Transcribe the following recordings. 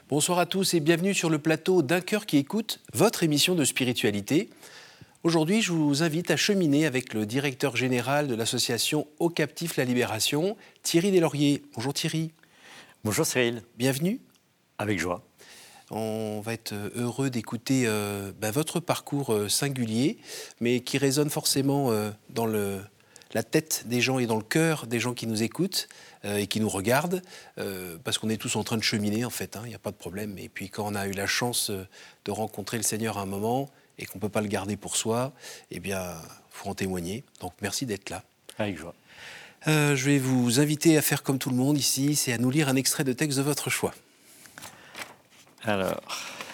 Bonsoir à tous et bienvenue sur le plateau d'Un cœur qui écoute, votre émission de spiritualité. Aujourd'hui, je vous invite à cheminer avec le directeur général de l'association Aux Captifs la Libération, Thierry Deslauriers. Bonjour Thierry. Bonjour Cyril. Bienvenue. Avec joie. On va être heureux d'écouter votre parcours singulier, mais qui résonne forcément dans la tête des gens et dans le cœur des gens qui nous écoutent et qui nous regardent, parce qu'on est tous en train de cheminer en fait, il n'y a pas de problème. Et puis quand on a eu la chance de rencontrer le Seigneur à un moment et qu'on ne peut pas le garder pour soi, eh bien, il faut en témoigner. Donc merci d'être là. Avec joie. Je vais vous inviter à faire comme tout le monde ici, c'est à nous lire un extrait de texte de votre choix. Alors,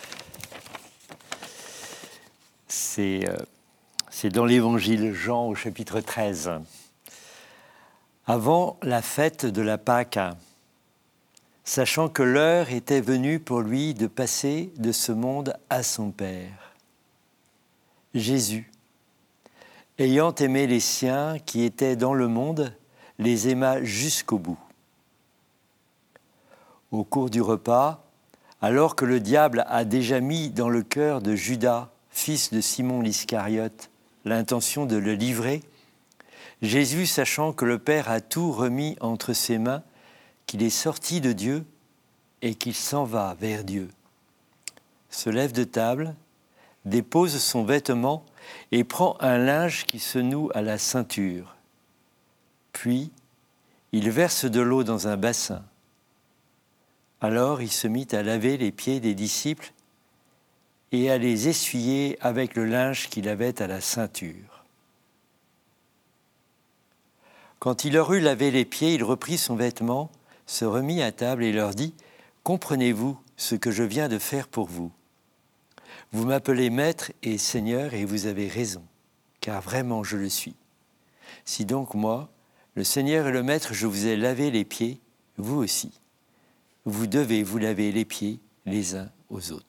c'est dans l'Évangile Jean au chapitre 13. Avant la fête de la Pâque, sachant que l'heure était venue pour lui de passer de ce monde à son Père, Jésus, ayant aimé les siens qui étaient dans le monde, les aima jusqu'au bout. Au cours du repas, alors que le diable a déjà mis dans le cœur de Judas, fils de Simon l'Iscariote, l'intention de le livrer, Jésus, sachant que le Père a tout remis entre ses mains, qu'il est sorti de Dieu et qu'il s'en va vers Dieu, se lève de table, dépose son vêtement et prend un linge qui se noue à la ceinture. Puis, il verse de l'eau dans un bassin. Alors il se mit à laver les pieds des disciples et à les essuyer avec le linge qu'il avait à la ceinture. Quand il leur eut lavé les pieds, il reprit son vêtement, se remit à table et leur dit « Comprenez-vous ce que je viens de faire pour vous ? Vous m'appelez Maître et Seigneur et vous avez raison, car vraiment je le suis. Si donc moi, le Seigneur et le Maître, je vous ai lavé les pieds, vous aussi. Vous devez vous laver les pieds les uns aux autres. »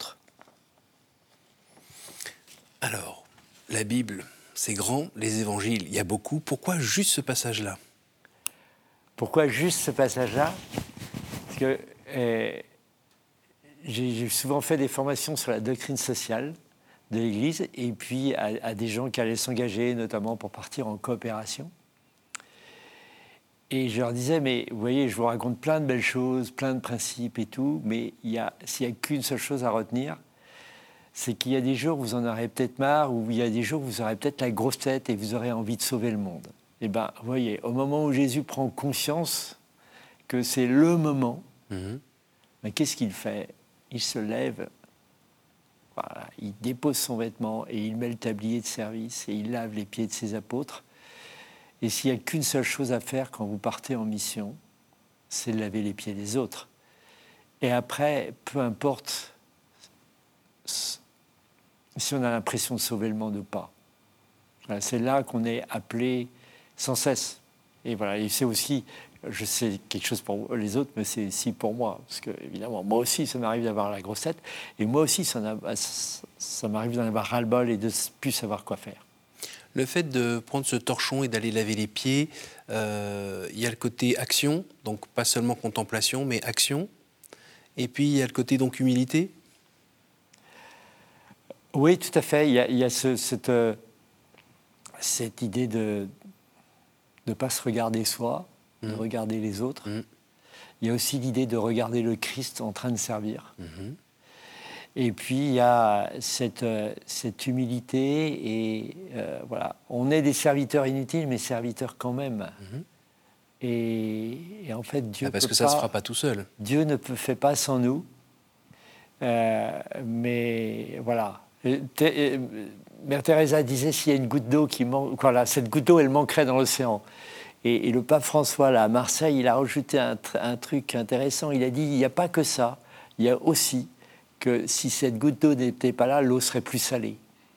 Alors, la Bible, c'est grand, les évangiles, il y a beaucoup. Pourquoi juste ce passage-là ? Pourquoi juste ce passage-là ? Parce que j'ai souvent fait des formations sur la doctrine sociale de l'Église et puis à des gens qui allaient s'engager, notamment pour partir en coopération. Et je leur disais, mais vous voyez, je vous raconte plein de belles choses, plein de principes et tout, mais s'il n'y a qu'une seule chose à retenir, c'est qu'il y a des jours où vous en aurez peut-être marre, ou il y a des jours où vous aurez peut-être la grosse tête et vous aurez envie de sauver le monde. Et bien, vous voyez, au moment où Jésus prend conscience que c'est le moment, ben, qu'est-ce qu'il fait ? Il se lève, voilà, il dépose son vêtement et il met le tablier de service et il lave les pieds de ses apôtres. Et s'il n'y a qu'une seule chose à faire quand vous partez en mission, c'est de laver les pieds des autres. Et après, peu importe si on a l'impression de sauver le monde ou pas. Voilà, c'est là qu'on est appelé sans cesse. Et voilà, et c'est aussi, je sais quelque chose pour les autres, mais c'est aussi pour moi. Parce que, évidemment, moi aussi, ça m'arrive d'avoir la grosse tête. Et moi aussi, ça m'arrive d'en avoir ras-le-bol et de ne plus savoir quoi faire. Le fait de prendre ce torchon et d'aller laver les pieds, il y a le côté action, donc pas seulement contemplation, mais action. Et puis il y a le côté donc humilité. Oui, tout à fait. Il y a cette idée de ne pas se regarder soi, de regarder les autres. Il y a aussi l'idée de regarder le Christ en train de servir. Et puis, il y a cette humilité et voilà. On est des serviteurs inutiles, mais serviteurs quand même. Et en fait, Dieu parce que ça ne se fera pas tout seul. Dieu ne fait pas sans nous. Mais voilà. Mère Teresa disait, s'il y a une goutte d'eau qui manque, voilà, cette goutte d'eau, elle manquerait dans l'océan. Et le pape François, là, à Marseille, il a rajouté un truc intéressant. Il a dit, il n'y a pas que ça. Il y a aussi que si cette goutte d'eau n'était pas là, l'eau serait plus salée.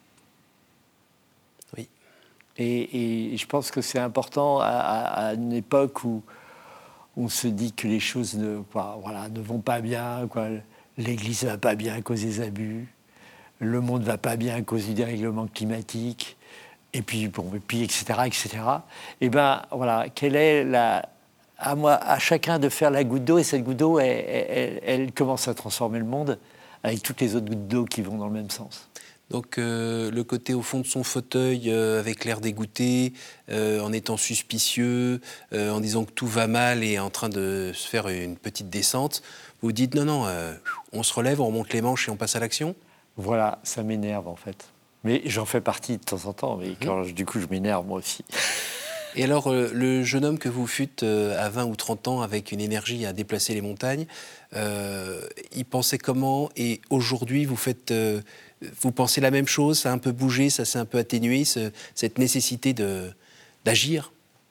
Oui. Et je pense que c'est important à une époque où on se dit que les choses ne vont pas bien, quoi. L'Église ne va pas bien à cause des abus, le monde ne va pas bien à cause du dérèglement climatique, et puis etc., etc. Et bien, voilà, quelle est à chacun de faire la goutte d'eau, et cette goutte d'eau, elle commence à transformer le monde avec toutes les autres gouttes d'eau qui vont dans le même sens. Donc le côté au fond de son fauteuil avec l'air dégoûté, en étant suspicieux, en disant que tout va mal et en train de se faire une petite descente, vous dites non, on se relève, on remonte les manches et on passe à l'action? Voilà, ça m'énerve en fait. Mais j'en fais partie de temps en temps, mais du coup je m'énerve moi aussi. Et alors, le jeune homme que vous fûtes à 20 ou 30 ans avec une énergie à déplacer les montagnes, il pensait comment? Et aujourd'hui, vous pensez la même chose? Ça a un peu bougé, ça s'est un peu atténué, cette nécessité d'agir?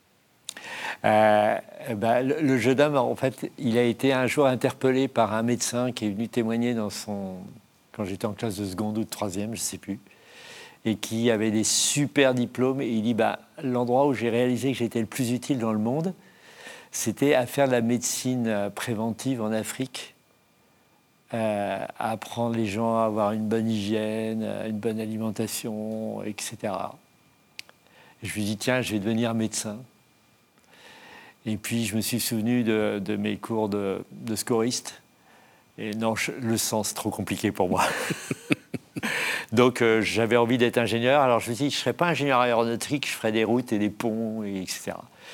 Le jeune homme, en fait, il a été un jour interpellé par un médecin qui est venu témoigner quand j'étais en classe de seconde ou de troisième, je ne sais plus, et qui avait des super diplômes. Et il dit, l'endroit où j'ai réalisé que j'étais le plus utile dans le monde, c'était à faire de la médecine préventive en Afrique, à apprendre les gens à avoir une bonne hygiène, une bonne alimentation, etc. Et je lui dis, tiens, je vais devenir médecin. Et puis, je me suis souvenu de mes cours de scoriste. Et non, le sens, c'est trop compliqué pour moi. Donc, j'avais envie d'être ingénieur. Alors, je me suis dit, je ne serais pas ingénieur aéronautique, je ferais des routes et des ponts, etc.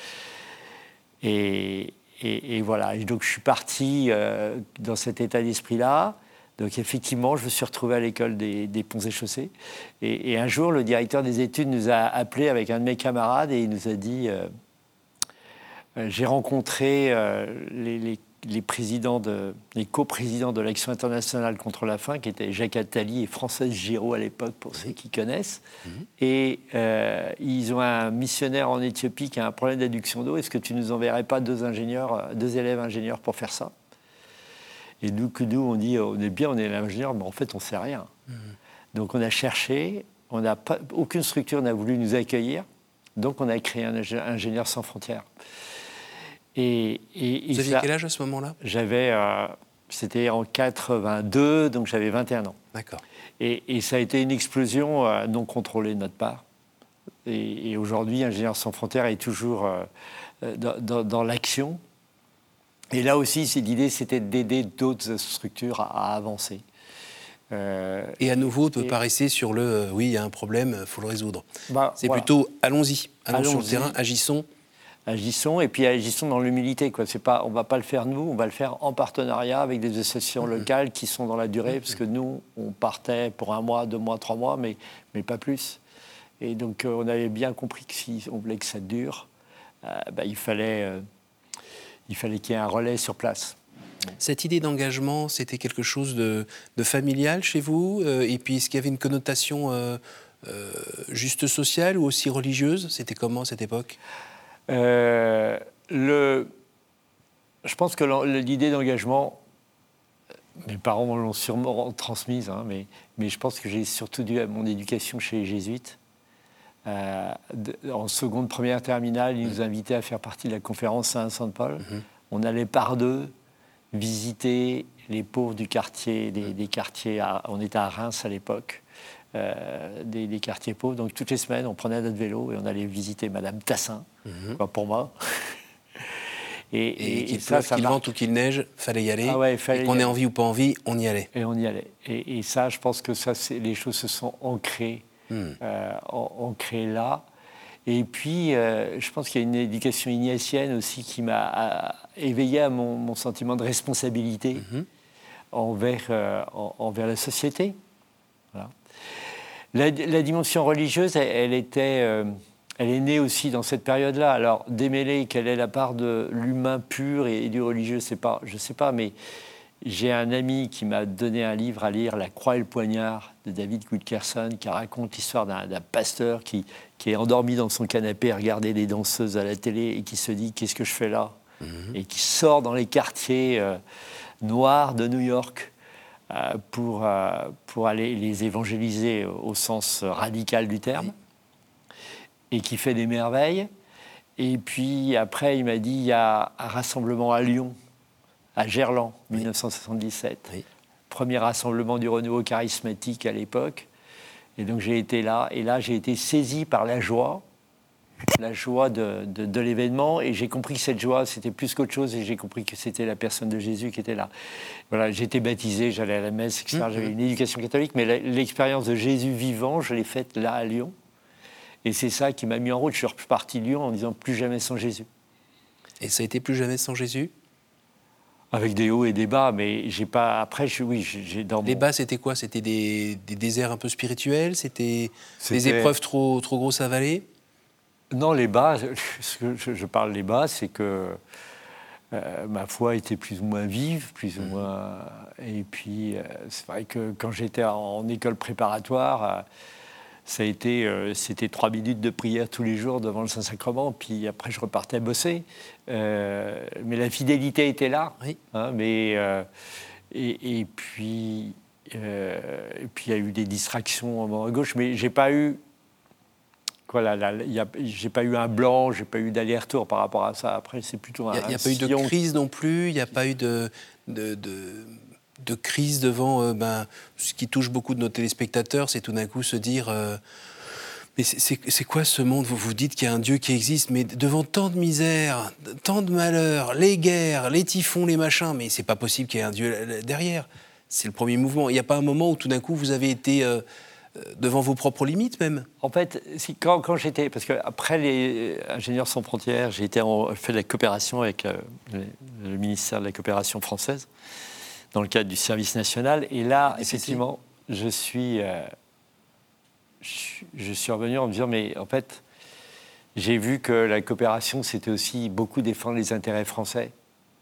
Et voilà. Et donc, je suis parti dans cet état d'esprit-là. Donc, effectivement, je me suis retrouvé à l'école des ponts et chaussées. Et un jour, le directeur des études nous a appelés avec un de mes camarades et il nous a dit... j'ai rencontré les coprésidents de l'Action internationale contre la faim, qui étaient Jacques Attali et Françoise Giraud à l'époque, pour ceux qui connaissent. Et ils ont un missionnaire en Éthiopie qui a un problème d'adduction d'eau. Est-ce que tu nous enverrais pas deux élèves ingénieurs pour faire ça? Et nous, on dit, on est bien, on est ingénieurs, mais en fait, on ne sait rien. Donc, on a cherché, aucune structure n'a voulu nous accueillir. Donc, on a créé un Ingénieurs sans frontières. Vous aviez quel âge à ce moment-là? C'était en 82, donc j'avais 21 ans. D'accord. Et ça a été une explosion non contrôlée de notre part. Et aujourd'hui, Ingénieurs sans frontières est toujours dans l'action. Et là aussi, l'idée, c'était d'aider d'autres structures à avancer. Et à nouveau, ne peut pas rester sur oui, il y a un problème, il faut le résoudre. C'est voilà. plutôt allons-y sur le terrain, agissons. Agissons, et puis agissons dans l'humilité. On ne va pas le faire nous, on va le faire en partenariat avec des associations locales qui sont dans la durée, parce que nous, on partait pour 1 mois, 2 mois, 3 mois, mais pas plus. Et donc, on avait bien compris que si on voulait que ça dure, il fallait qu'il y ait un relais sur place. Cette idée d'engagement, c'était quelque chose de familial chez vous? Et puis, est-ce qu'il y avait une connotation juste sociale ou aussi religieuse? C'était comment à cette époque? Je pense que l'idée d'engagement, mes parents me l'ont sûrement transmise, mais je pense que j'ai surtout dû à mon éducation chez les jésuites. En seconde, première, terminale, ils nous invitaient à faire partie de la conférence Saint-Saint-Paul. On allait par deux visiter les pauvres du quartier, des quartiers, on était à Reims à l'époque, des quartiers pauvres. Donc toutes les semaines, on prenait notre vélo et on allait visiter Madame Tassin, pour moi. Et qu'il pleuve, qu'il vente ou qu'il neige, fallait y aller. Et qu'on ait envie ou pas envie, on y allait. Et on y allait. Et ça, je pense que les choses se sont ancrées, ancrées là. Et puis, je pense qu'il y a une éducation ignatienne aussi qui m'a éveillé à mon sentiment de responsabilité envers la société. Voilà. La dimension religieuse, elle est née aussi dans cette période-là. Alors, démêler quelle est la part de l'humain pur et du religieux, je ne sais pas, mais j'ai un ami qui m'a donné un livre à lire, La Croix et le Poignard, de David Wilkerson, qui raconte l'histoire d'un pasteur qui est endormi dans son canapé à regarder des danseuses à la télé et qui se dit « qu'est-ce que je fais là ?» et qui sort dans les quartiers noirs de New York pour aller les évangéliser au sens radical du terme, et qui fait des merveilles. Et puis après, il m'a dit, il y a un rassemblement à Lyon, à Gerland, 1977. Premier rassemblement du renouveau charismatique à l'époque. Et donc j'ai été là, et là j'ai été saisi par la joie la joie de l'événement, et j'ai compris que cette joie, c'était plus qu'autre chose, et j'ai compris que c'était la personne de Jésus qui était là. Voilà, j'étais baptisé, j'allais à la messe, etc. J'avais une éducation catholique, mais l'expérience de Jésus vivant, je l'ai faite là, à Lyon. Et c'est ça qui m'a mis en route. Je suis reparti de Lyon en disant plus jamais sans Jésus. Et ça a été plus jamais sans Jésus? Avec des hauts et des bas, mais j'ai pas. Après, j'ai dans Les bas, c'était quoi? C'était des déserts un peu spirituels? C'était des épreuves trop grosses à avaler? Non, les bas, ce que je parle des bas, c'est que ma foi était plus ou moins vive, plus ou moins. Et puis, c'est vrai que quand j'étais en école préparatoire, ça a été, c'était 3 minutes de prière tous les jours devant le Saint-Sacrement, puis après je repartais bosser. Mais la fidélité était là. Oui. Hein, mais, et puis, il y a eu des distractions à gauche, mais j'ai pas eu. Voilà, j'ai pas eu un blanc, j'ai pas eu d'aller-retour par rapport à ça. Après, c'est plutôt un. Il n'y a pas eu de crise non plus, il n'y a pas eu de crise devant ce qui touche beaucoup de nos téléspectateurs, c'est tout d'un coup se dire mais c'est quoi ce monde? Vous dites qu'il y a un Dieu qui existe, mais devant tant de misère, tant de malheurs, les guerres, les typhons, les machins, mais c'est pas possible qu'il y ait un Dieu derrière. C'est le premier mouvement. Il n'y a pas un moment où tout d'un coup vous avez été devant vos propres limites même? En fait, quand j'étais... Parce qu'après les Ingénieurs sans frontières, j'ai fait de la coopération avec le ministère de la coopération française, dans le cadre du service national. Et là, effectivement, je suis revenu en me disant, mais en fait, j'ai vu que la coopération, c'était aussi beaucoup défendre les intérêts français.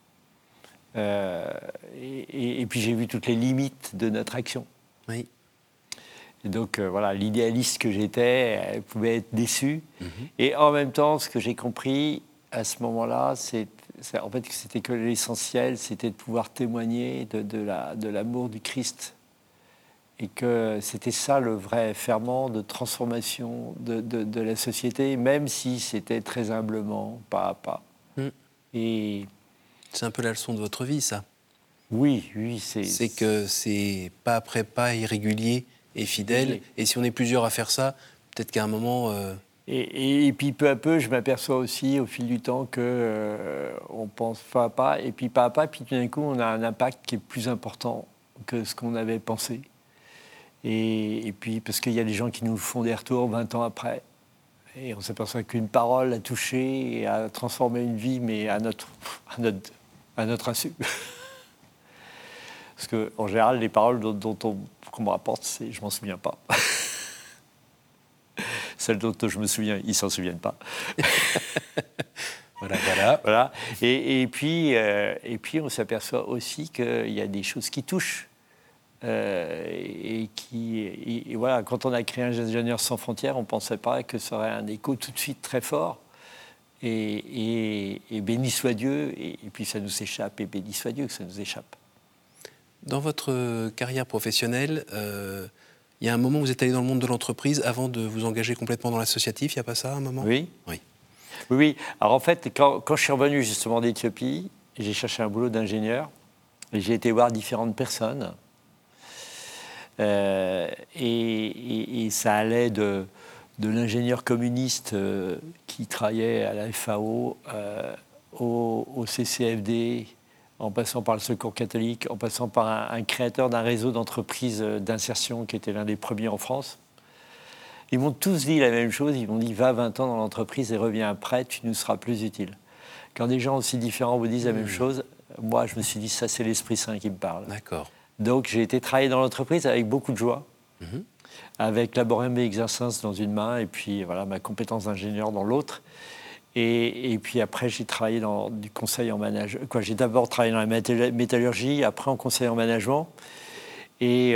Et puis j'ai vu toutes les limites de notre action. Oui. Et donc, voilà, l'idéaliste que j'étais, elle pouvait être déçue. Et en même temps, ce que j'ai compris à ce moment-là, en fait, c'était que l'essentiel, c'était de pouvoir témoigner de l'amour du Christ. Et que c'était ça le vrai ferment de transformation de la société, même si c'était très humblement, pas à pas. Et c'est un peu la leçon de votre vie, ça. Oui, c'est que c'est pas après pas, irrégulier et fidèle. Et si on est plusieurs à faire ça, peut-être qu'à un moment... Et puis peu à peu, je m'aperçois aussi au fil du temps que on pense pas à pas, et puis pas à pas, puis tout d'un coup, on a un impact qui est plus important que ce qu'on avait pensé. Et puis parce qu'il y a des gens qui nous font des retours 20 ans après, et on s'aperçoit qu'une parole a touché et a transformé une vie, mais à notre insu. Parce qu'en général, les paroles qu'on me rapporte, je m'en souviens pas. Celles dont je me souviens, ils s'en souviennent pas. Voilà. Et puis, on s'aperçoit aussi qu'il y a des choses qui touchent. Et voilà, quand on a créé Ingénieurs sans frontières, on ne pensait pas que ça aurait un écho tout de suite très fort. Et béni soit Dieu, et puis ça nous échappe, et béni soit Dieu que ça nous échappe. Dans votre carrière professionnelle, il y a un moment où vous êtes allé dans le monde de l'entreprise avant de vous engager complètement dans l'associatif, il n'y a pas ça, un moment? Oui. Alors en fait, quand je suis revenu justement d'Éthiopie, j'ai cherché un boulot d'ingénieur, et j'ai été voir différentes personnes. Et ça allait de l'ingénieur communiste qui travaillait à la FAO, au CCFD, en passant par le Secours catholique, en passant par un créateur d'un réseau d'entreprises d'insertion qui était l'un des premiers en France. Ils m'ont tous dit la même chose, ils m'ont dit « Va 20 ans dans l'entreprise et reviens après, tu nous seras plus utile ». Quand des gens aussi différents vous disent la même chose, moi je me suis dit « Ça c'est l'Esprit Saint qui me parle ». D'accord. Donc j'ai été travailler dans l'entreprise avec beaucoup de joie, avec Laborem et Exercens dans une main, et puis voilà, ma compétence d'ingénieur dans l'autre. Et puis après, j'ai travaillé dans du conseil en management. J'ai d'abord travaillé dans la métallurgie, après en conseil en management. Et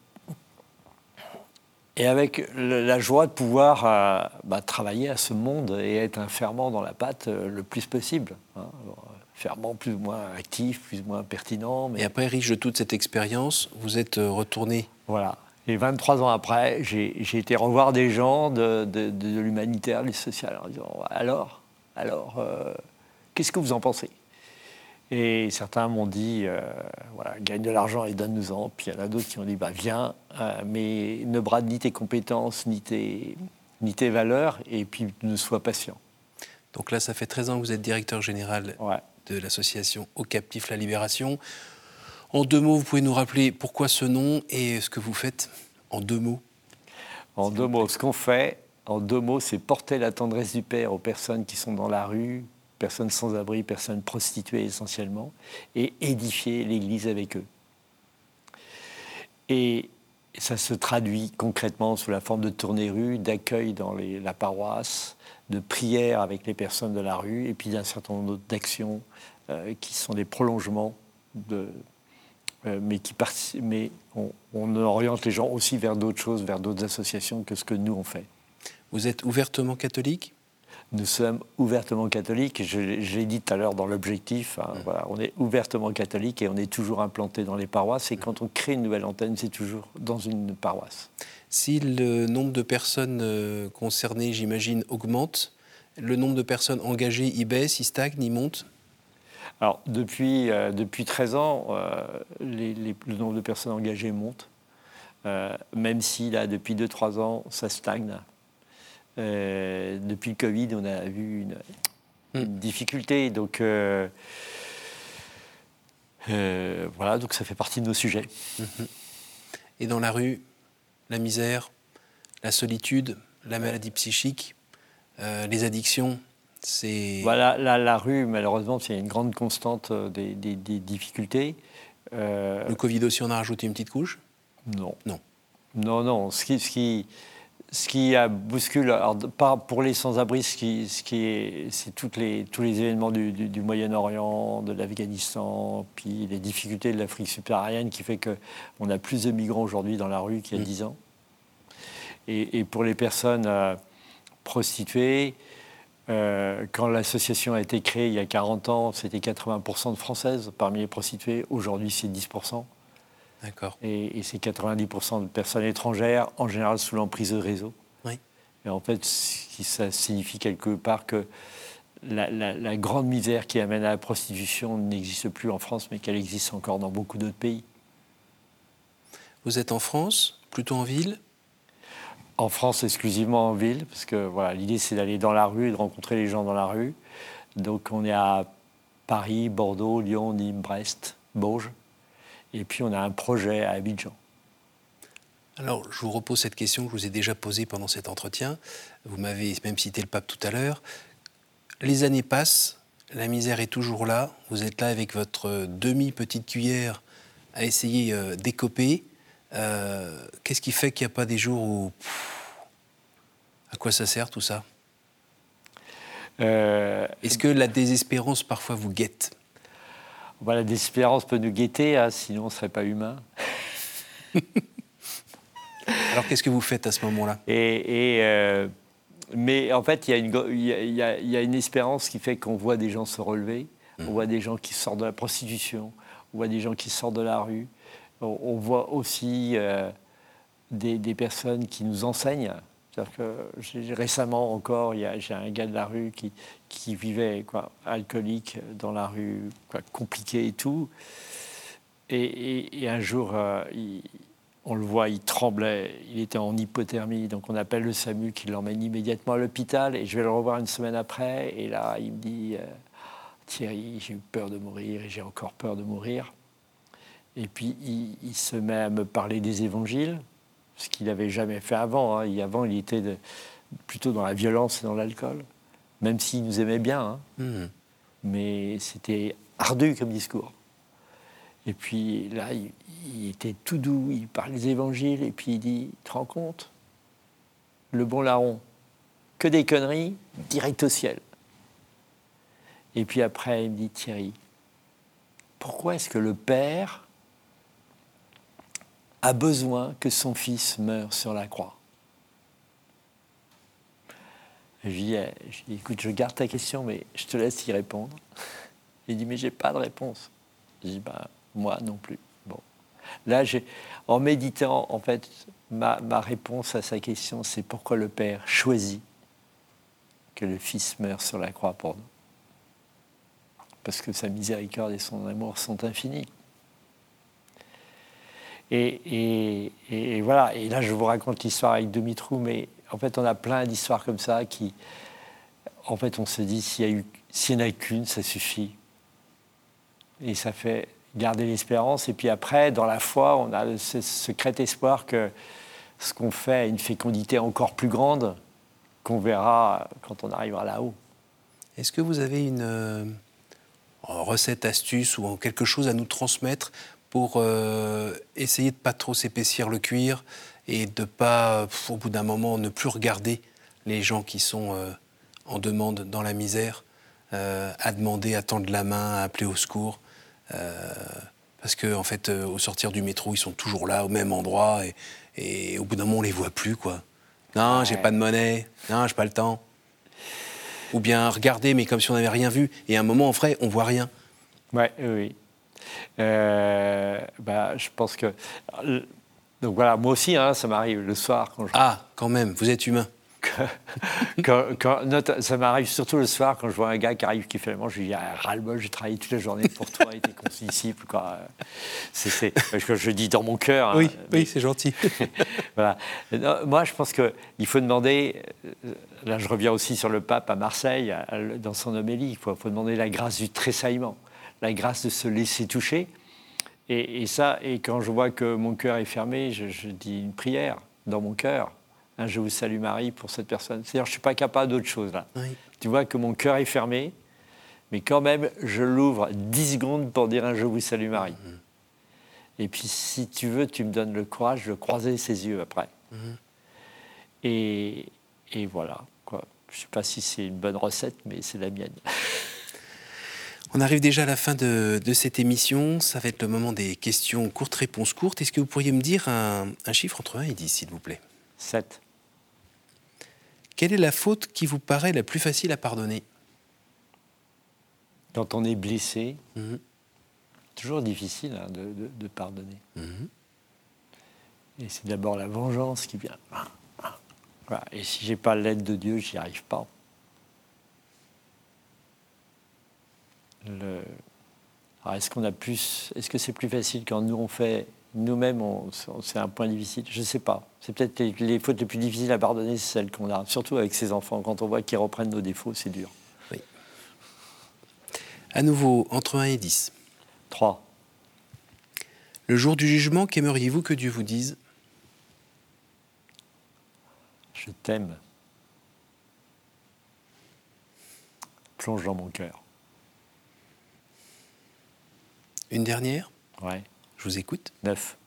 avec la joie de pouvoir travailler à ce monde et être un ferment dans la pâte le plus possible. Ferment plus ou moins actif, plus ou moins pertinent. Mais... Et après, riche de toute cette expérience, vous êtes retourné. Voilà. Et 23 ans après, j'ai été revoir des gens de l'humanitaire, du social, en disant alors, qu'est-ce que vous en pensez? Et certains m'ont dit, gagne de l'argent et donne-nous-en. Puis il y en a d'autres qui ont dit, viens, mais ne brade ni tes compétences, ni ni tes valeurs, et puis ne sois patient. Donc là, ça fait 13 ans que vous êtes directeur général Ouais. de l'association Aux Captifs La Libération. En 2 mots, vous pouvez nous rappeler pourquoi ce nom et ce que vous faites en 2 mots? En 2 mots, ce qu'on fait, en 2 mots, c'est porter la tendresse du Père aux personnes qui sont dans la rue, personnes sans abri, personnes prostituées essentiellement, et édifier l'Église avec eux. Et ça se traduit concrètement sous la forme de tournées rue, d'accueil dans la paroisse, de prières avec les personnes de la rue, et puis d'un certain nombre d'autres d'actions qui sont des prolongements mais on oriente les gens aussi vers d'autres choses, vers d'autres associations que ce que nous on fait. Vous êtes ouvertement catholique? Nous sommes ouvertement catholiques, je l'ai dit tout à l'heure dans l'objectif, voilà, on est ouvertement catholique et on est toujours implanté dans les paroisses, et quand on crée une nouvelle antenne, c'est toujours dans une paroisse. Si le nombre de personnes concernées, j'imagine, augmente, le nombre de personnes engagées, il baisse, il stagne, il monte? Alors, depuis 13 ans, le nombre de personnes engagées monte, même si, là, depuis 2-3 ans, ça stagne. Depuis le Covid, on a vu une difficulté. Donc, voilà, donc ça fait partie de nos sujets. Et dans la rue, la misère, la solitude, la maladie psychique, les addictions, c'est... Voilà, la rue, malheureusement, c'est une grande constante des difficultés. Le Covid aussi, on a rajouté une petite couche? Non. Non. Non. Ce qui a bouscule, alors pas pour les sans-abri, c'est tous les événements du Moyen-Orient, de l'Afghanistan, puis les difficultés de l'Afrique subsaharienne qui fait qu'on a plus de migrants aujourd'hui dans la rue qu'il y a 10 ans. Et pour les personnes prostituées, quand l'association a été créée il y a 40 ans, c'était 80% de Françaises parmi les prostituées. Aujourd'hui, c'est 10%. D'accord. Et c'est 90% de personnes étrangères, en général sous l'emprise de réseaux. Oui. Et en fait, ça signifie quelque part que la grande misère qui amène à la prostitution n'existe plus en France, mais qu'elle existe encore dans beaucoup d'autres pays. Vous êtes en France, plutôt en ville? En France, exclusivement en ville, parce que voilà, l'idée, c'est d'aller dans la rue et de rencontrer les gens dans la rue. Donc, on est à Paris, Bordeaux, Lyon, Nîmes, Brest, Bourges. Et puis, on a un projet à Abidjan. Alors, je vous repose cette question que je vous ai déjà posée pendant cet entretien. Vous m'avez même cité le pape tout à l'heure. Les années passent, la misère est toujours là. Vous êtes là avec votre demi-petite cuillère à essayer d'écoper. Qu'est-ce qui fait qu'il n'y a pas des jours où... à quoi ça sert tout ça? Est-ce que la désespérance parfois vous guette? La désespérance peut nous guetter, hein, sinon on ne serait pas humain. Alors qu'est-ce que vous faites à ce moment-là? Mais en fait, il y a une espérance qui fait qu'on voit des gens se relever, on voit des gens qui sortent de la prostitution, on voit des gens qui sortent de la rue, on voit aussi des personnes qui nous enseignent. C'est-à-dire que récemment encore, j'ai un gars de la rue qui vivait alcoolique dans la rue, compliqué et tout. Et un jour, on le voit, il tremblait, il était en hypothermie. Donc on appelle le SAMU qui l'emmène immédiatement à l'hôpital. Et je vais le revoir une semaine après. Et là, il me dit Thierry, j'ai eu peur de mourir et j'ai encore peur de mourir. Et puis il se met à me parler des évangiles, ce qu'il n'avait jamais fait avant. Hein. Avant, il était plutôt dans la violence et dans l'alcool, même s'il nous aimait bien. Hein. Mais c'était ardu comme discours. Et puis là, il était tout doux, il parle des évangiles, et puis il dit, tu te rends compte? Le bon larron, que des conneries, direct au ciel. Et puis après, il me dit, Thierry, pourquoi est-ce que le père a besoin que son fils meure sur la croix? Je lui dis, écoute, je garde ta question, mais je te laisse y répondre. Il dit, mais j'ai pas de réponse. Je dis, moi non plus. Bon. Là, en méditant, en fait, ma réponse à sa question, c'est pourquoi le Père choisit que le Fils meure sur la croix pour nous. Parce que sa miséricorde et son amour sont infinis. Et voilà. Et là, je vous raconte l'histoire avec Dumitru, mais En fait, on a plein d'histoires comme ça qui, en fait, on se dit, s'il n'y en a qu'une, ça suffit. Et ça fait garder l'espérance. Et puis après, dans la foi, on a ce secret espoir que ce qu'on fait a une fécondité encore plus grande qu'on verra quand on arrivera là-haut. Est-ce que vous avez une recette, astuce ou quelque chose à nous transmettre pour essayer de ne pas trop s'épaissir le cuir et de ne pas, au bout d'un moment, ne plus regarder les gens qui sont en demande dans la misère, à demander, à tendre la main, à appeler au secours parce qu'en fait, au sortir du métro, ils sont toujours là, au même endroit, et au bout d'un moment, on ne les voit plus, quoi. Non, j'ai pas de monnaie, non, j'ai pas le temps. Ou bien regarder, mais comme si on n'avait rien vu, et à un moment, en vrai, on voit rien. Ouais, oui. Je pense que... Donc voilà, moi aussi, ça m'arrive le soir quand je... Ah, quand même, vous êtes humain. Ça m'arrive surtout le soir quand je vois un gars qui arrive qui fait je lui dis ras-le-bol, j'ai travaillé toute la journée pour toi et tes condisciples, quoi. C'est parce que je dis dans mon cœur. Oui, oui, c'est gentil. Voilà. Non, moi, je pense qu'il faut demander. Là, je reviens aussi sur le pape à Marseille, dans son homélie. Il faut demander la grâce du tressaillement, la grâce de se laisser toucher. Et quand je vois que mon cœur est fermé, je dis une prière dans mon cœur. Je vous salue Marie pour cette personne. C'est-à-dire, je ne suis pas capable d'autre chose là. Oui. Tu vois que mon cœur est fermé, mais quand même, je l'ouvre 10 secondes pour dire un je vous salue Marie. Mm-hmm. Et puis, si tu veux, tu me donnes le courage de croiser ses yeux après. Mm-hmm. Et voilà, quoi. Je ne sais pas si c'est une bonne recette, mais c'est la mienne. On arrive déjà à la fin de cette émission. Ça va être le moment des questions courtes, réponses courtes. Est-ce que vous pourriez me dire un chiffre entre 1 et 10, s'il vous plaît ? 7. Quelle est la faute qui vous paraît la plus facile à pardonner ? Quand on est blessé, toujours difficile de pardonner. Et c'est d'abord la vengeance qui vient. Voilà. Et si je n'ai pas l'aide de Dieu, je n'y arrive pas. Alors est-ce que c'est plus facile quand nous on fait nous-mêmes, c'est un point difficile. Je ne sais pas. C'est peut-être les fautes les plus difficiles à pardonner, c'est celles qu'on a. Surtout avec ses enfants. Quand on voit qu'ils reprennent nos défauts, c'est dur. Oui. À nouveau, entre 1 et 10. 3. Le jour du jugement, qu'aimeriez-vous que Dieu vous dise ? Je t'aime. Plonge dans mon cœur. Une dernière ? Ouais. Je vous écoute. 9.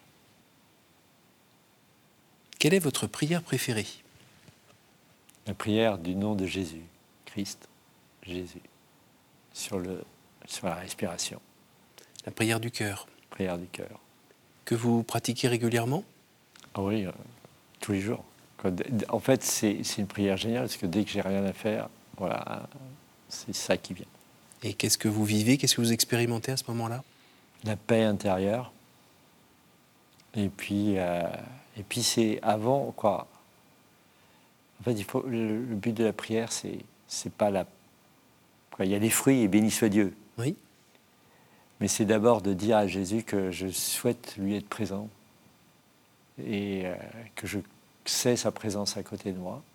Quelle est votre prière préférée ? La prière du nom de Jésus, Christ, Jésus, sur la respiration. La prière du cœur. Prière du cœur. Que vous pratiquez régulièrement ? Ah oui, tous les jours. En fait, c'est une prière géniale, parce que dès que j'ai rien à faire, voilà, c'est ça qui vient. Et qu'est-ce que vous vivez ? Qu'est-ce que vous expérimentez à ce moment-là ? La paix intérieure. Et puis c'est avant, quoi. En fait, le but de la prière, c'est pas la... Quoi, il y a des fruits et béni soit Dieu. Oui. Mais c'est d'abord de dire à Jésus que je souhaite lui être présent et que je sais sa présence à côté de moi.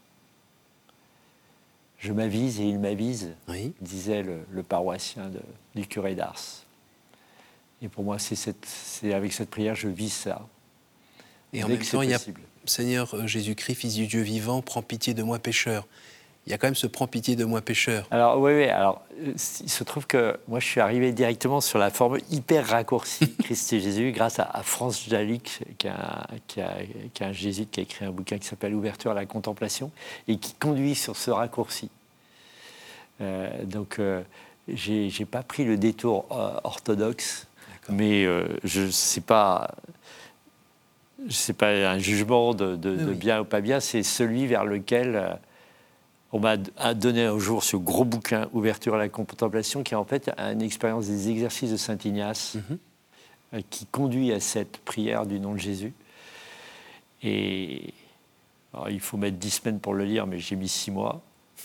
Je m'avise et il m'avise, oui. Disait le paroissien du curé d'Ars. Et pour moi, c'est avec cette prière, je vis ça. Et en même temps, il y a Seigneur Jésus-Christ, Fils du Dieu vivant, prends pitié de moi pécheur. Il y a quand même ce prends pitié de moi pécheur. Alors oui, alors il se trouve que moi je suis arrivé directement sur la formule hyper raccourcie Christ et Jésus grâce à Franz Jalic, qui est un jésuite qui a écrit un bouquin qui s'appelle Ouverture à la contemplation et qui conduit sur ce raccourci. Donc j'ai pas pris le détour orthodoxe, mais je sais pas un jugement de oui. Bien ou pas bien, c'est celui vers lequel on m'a donné un jour ce gros bouquin Ouverture à la contemplation, qui est en fait une expérience des exercices de Saint Ignace, qui conduit à cette prière du nom de Jésus. Et alors, il faut mettre 10 semaines pour le lire, mais j'ai mis 6 mois.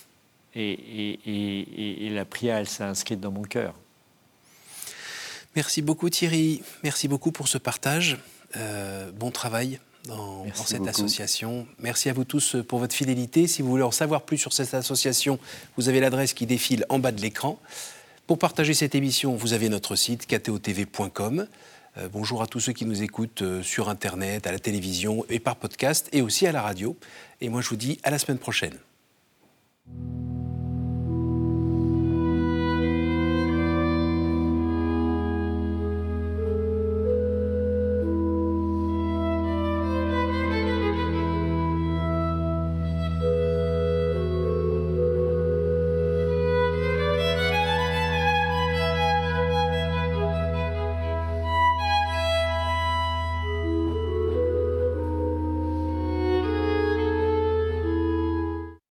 Et la prière, elle s'est inscrite dans mon cœur. Merci beaucoup Thierry, merci beaucoup pour ce partage. Bon travail dans cette beaucoup. association. Merci à vous tous pour votre fidélité. Si vous voulez en savoir plus sur cette association, vous avez l'adresse qui défile en bas de l'écran. Pour partager cette émission, vous avez notre site ktotv.com. Bonjour à tous ceux qui nous écoutent sur Internet, à la télévision et par podcast, et aussi à la radio. Et moi, je vous dis à la semaine prochaine.